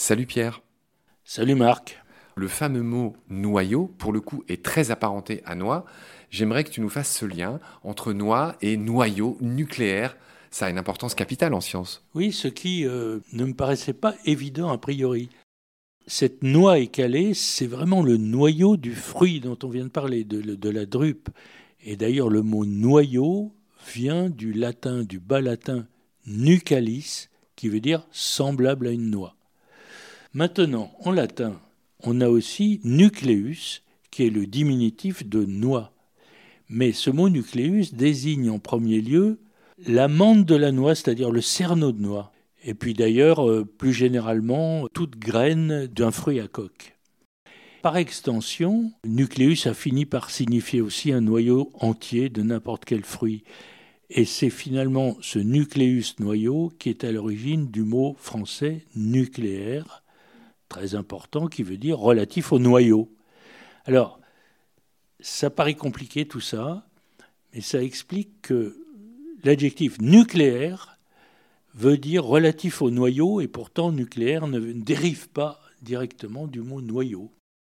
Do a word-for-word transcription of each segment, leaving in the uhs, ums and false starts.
Salut Pierre. Salut Marc. Le fameux mot noyau, pour le coup, est très apparenté à noix. J'aimerais que tu nous fasses ce lien entre noix et noyau nucléaire. Ça a une importance capitale en sciences. Oui, ce qui euh, ne me paraissait pas évident a priori. Cette noix écalée, c'est vraiment le noyau du fruit dont on vient de parler, de, de la drupe. Et d'ailleurs, le mot noyau vient du latin, du bas latin nucalis, qui veut dire semblable à une noix. Maintenant, en latin, on a aussi nucleus, qui est le diminutif de noix. Mais ce mot nucleus désigne en premier lieu l'amande de la noix, c'est-à-dire le cerneau de noix. Et puis d'ailleurs, euh, plus généralement, toute graine d'un fruit à coque. Par extension, nucléus a fini par signifier aussi un noyau entier de n'importe quel fruit. Et c'est finalement ce nucléus noyau qui est à l'origine du mot français nucléaire, très important, qui veut dire relatif au noyau. Alors, ça paraît compliqué tout ça, mais ça explique que l'adjectif nucléaire veut dire relatif au noyau, et pourtant nucléaire ne dérive pas directement du mot noyau.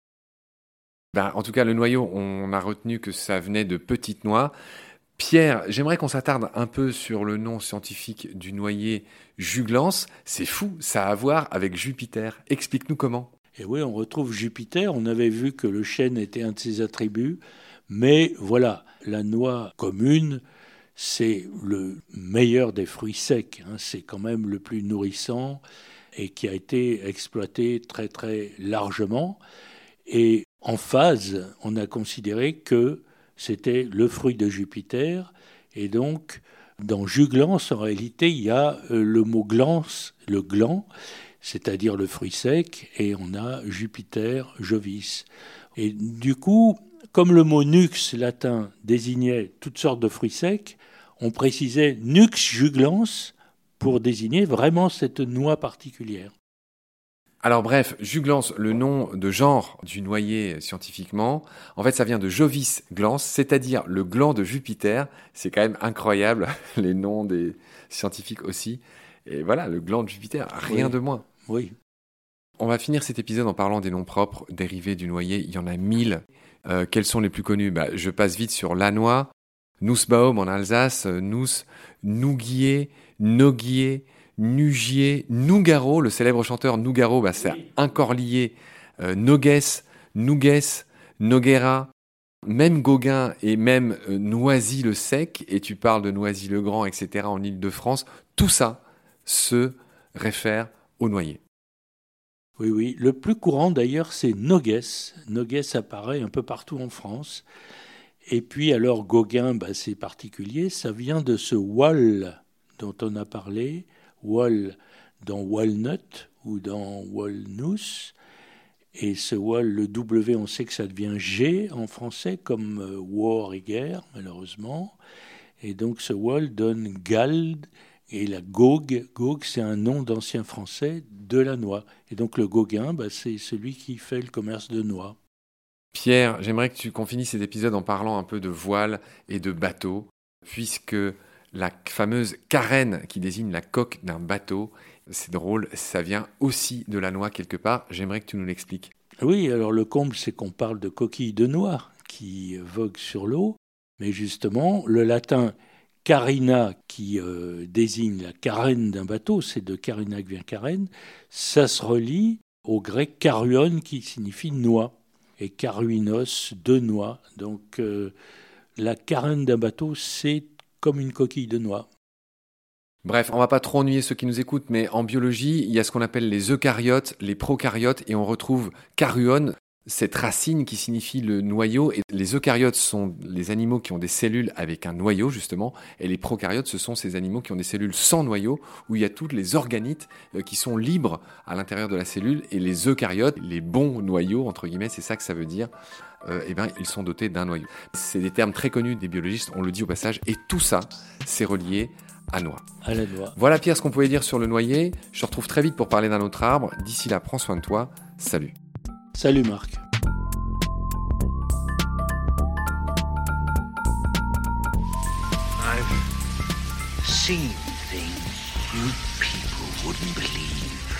Ben, en tout cas, le noyau, on a retenu que ça venait de petites noix. Pierre, j'aimerais qu'on s'attarde un peu sur le nom scientifique du noyer juglans. C'est fou, ça a à voir avec Jupiter. Explique-nous comment. Et oui, on retrouve Jupiter. On avait vu que le chêne était un de ses attributs. Mais voilà, la noix commune, c'est le meilleur des fruits secs. Hein. C'est quand même le plus nourrissant et qui a été exploité très très largement. Et en phase, on a considéré que c'était le fruit de Jupiter. Et donc, dans juglans, en réalité, il y a le mot glans, le gland, c'est-à-dire le fruit sec, et on a Jupiter, Jovis. Et du coup, comme le mot nux latin désignait toutes sortes de fruits secs, on précisait nux juglans pour désigner vraiment cette noix particulière. Alors bref, juglans, le nom de genre du noyer scientifiquement, en fait ça vient de Jovis glans, c'est-à-dire le gland de Jupiter. C'est quand même incroyable, les noms des scientifiques aussi. Et voilà, le gland de Jupiter, rien oui. de moins. Oui. On va finir cet épisode en parlant des noms propres dérivés du noyer. Il y en a mille. Euh, quels sont les plus connus ? Bah, je passe vite sur la noix, Nussbaum en Alsace, Nuss, Nouguier, Noguier, Nugier, Nougaro, le célèbre chanteur Nougaro, bah, c'est encore lié, euh, Nogues, Nougues, Noguera, même Gauguin et même euh, Noisy-le-Sec, et tu parles de Noisy-le-Grand, et cetera en Île-de-France, tout ça se réfère au noyer. Oui, oui. Le plus courant d'ailleurs, c'est Nogues. Nogues apparaît un peu partout en France. Et puis alors Gauguin, bah, c'est particulier, ça vient de ce wall dont on a parlé, wall dans walnut ou dans walnuss. Et ce wall, le W, on sait que ça devient G en français, comme euh, war et guerre, malheureusement. Et donc ce wall donne gald. Et la Gaugue, Gaugue, c'est un nom d'ancien français de la noix. Et donc le Gauguin, bah, c'est celui qui fait le commerce de noix. Pierre, j'aimerais que tu qu'on finisse cet épisode en parlant un peu de voile et de bateau, puisque la fameuse carène qui désigne la coque d'un bateau, c'est drôle, ça vient aussi de la noix quelque part. J'aimerais que tu nous l'expliques. Oui, alors le comble, c'est qu'on parle de coquilles de noix qui voguent sur l'eau. Mais justement, le latin carina, qui euh, désigne la carène d'un bateau, c'est de carina que vient carène, ça se relie au grec karuon, qui signifie noix, et karuinos, de noix. Donc euh, la carène d'un bateau, c'est comme une coquille de noix. Bref, on va pas trop ennuyer ceux qui nous écoutent, mais en biologie, il y a ce qu'on appelle les eucaryotes, les prokaryotes, et on retrouve karuon, cette racine qui signifie le noyau. Et les eucaryotes sont les animaux qui ont des cellules avec un noyau, justement, et les prokaryotes, ce sont ces animaux qui ont des cellules sans noyau, où il y a toutes les organites qui sont libres à l'intérieur de la cellule, et les eucaryotes, les bons noyaux, entre guillemets, c'est ça que ça veut dire, euh, eh ben, ils sont dotés d'un noyau. C'est des termes très connus des biologistes, on le dit au passage, et tout ça, c'est relié à noix. À la noix. Voilà Pierre ce qu'on pouvait dire sur le noyer. Je te retrouve très vite pour parler d'un autre arbre. D'ici là, prends soin de toi. Salut. Salut Marc. I've seen things you people wouldn't believe.